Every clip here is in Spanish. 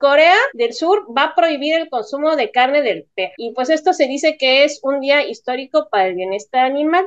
Corea del Sur va a prohibir el consumo de carne del perro. Y pues esto se dice que es un día histórico para el bienestar animal.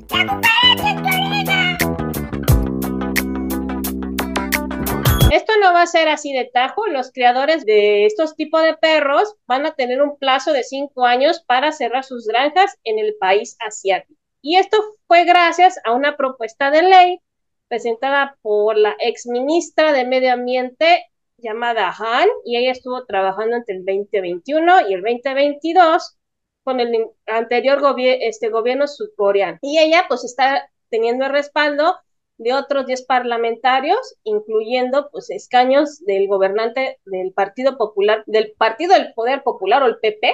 Esto no va a ser así de tajo. Los criadores de estos tipos de perros van a tener un plazo de 5 años para cerrar sus granjas en el país asiático. Y esto fue gracias a una propuesta de ley presentada por la ex ministra de Medio Ambiente llamada Han, y ella estuvo trabajando entre el 2021 y el 2022 con el anterior gobierno surcoreano. Y ella pues está teniendo el respaldo de otros 10 parlamentarios, incluyendo pues escaños del gobernante del Partido Popular, del Partido del Poder Popular o el PP,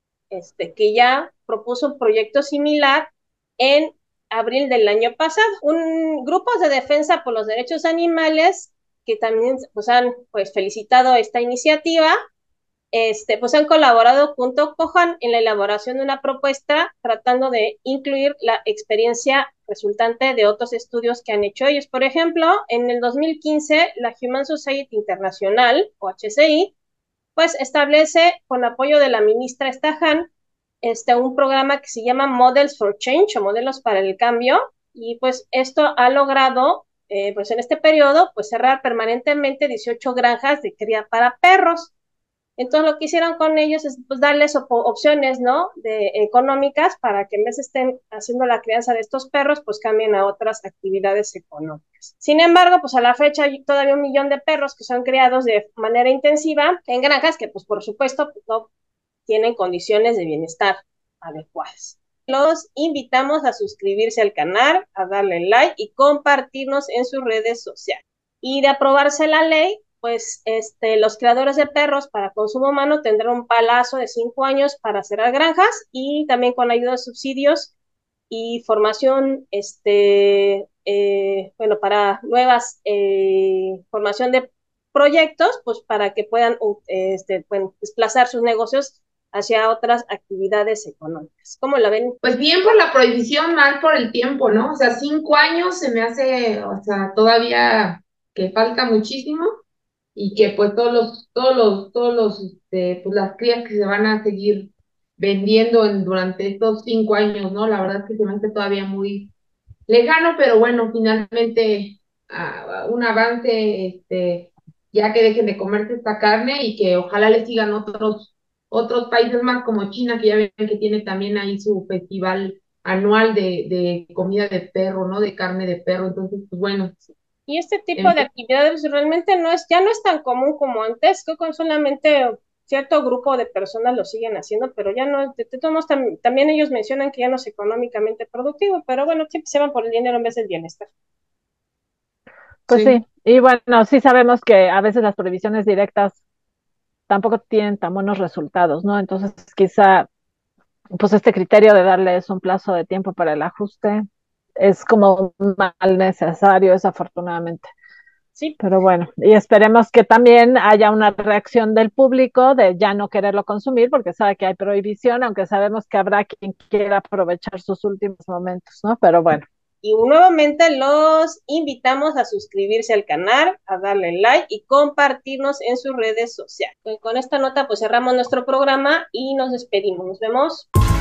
que ya propuso un proyecto similar en abril del año pasado. Un grupo de defensa por los derechos animales que también pues, han pues, felicitado esta iniciativa, pues han colaborado junto con Han en la elaboración de una propuesta tratando de incluir la experiencia resultante de otros estudios que han hecho ellos. Por ejemplo, en el 2015, la Human Society Internacional, o HCI, pues establece, con apoyo de la ministra Han, un programa que se llama Models for Change, o Modelos para el Cambio, y pues esto ha logrado, pues en este periodo, pues cerrar permanentemente 18 granjas de cría para perros. Entonces lo que hicieron con ellos es pues, darles opciones, ¿no? Económicas para que en vez de estén haciendo la crianza de estos perros, pues cambien a otras actividades económicas. Sin embargo, pues a la fecha hay todavía 1 millón de perros que son criados de manera intensiva en granjas que pues por supuesto pues, no tienen condiciones de bienestar adecuadas. Los invitamos a suscribirse al canal, a darle like y compartirnos en sus redes sociales. Y de aprobarse la ley, pues los criadores de perros para consumo humano tendrán un plazo de 5 años para cerrar granjas, y también con ayuda de subsidios y formación, bueno, para nuevas formación de proyectos, pues para que puedan desplazar sus negocios hacia otras actividades económicas. ¿Cómo la ven? Pues bien por la prohibición, mal por el tiempo, ¿no? O sea, 5 años se me hace, o sea, todavía que falta muchísimo y que pues pues las crías que se van a seguir vendiendo durante estos 5 años, ¿no? La verdad es que se me hace todavía muy lejano, pero bueno, finalmente un avance, ya que dejen de comerse esta carne y que ojalá le sigan otros países más como China, que ya ven que tiene también ahí su festival anual de comida de perro, ¿no? De carne de perro. Entonces, pues bueno, Y este tipo en de actividades realmente ya no es tan común como antes. Creo que solamente cierto grupo de personas lo siguen haciendo, pero ya no, de todos modos, también ellos mencionan que ya no es económicamente productivo, pero bueno, siempre se van por el dinero en vez del bienestar. Pues sí. sí, y bueno, sí sabemos que a veces las prohibiciones directas tampoco tienen tan buenos resultados, ¿no? Entonces, quizá, pues este criterio de darles un plazo de tiempo para el ajuste es como un mal necesario, desafortunadamente. Sí, Pero bueno, y esperemos que también haya una reacción del público de ya no quererlo consumir, porque sabe que hay prohibición, aunque sabemos que habrá quien quiera aprovechar sus últimos momentos, ¿no? Pero bueno. y nuevamente los invitamos a suscribirse al canal, a darle like y compartirnos en sus redes sociales. Con esta nota pues cerramos nuestro programa y nos despedimos. Nos vemos.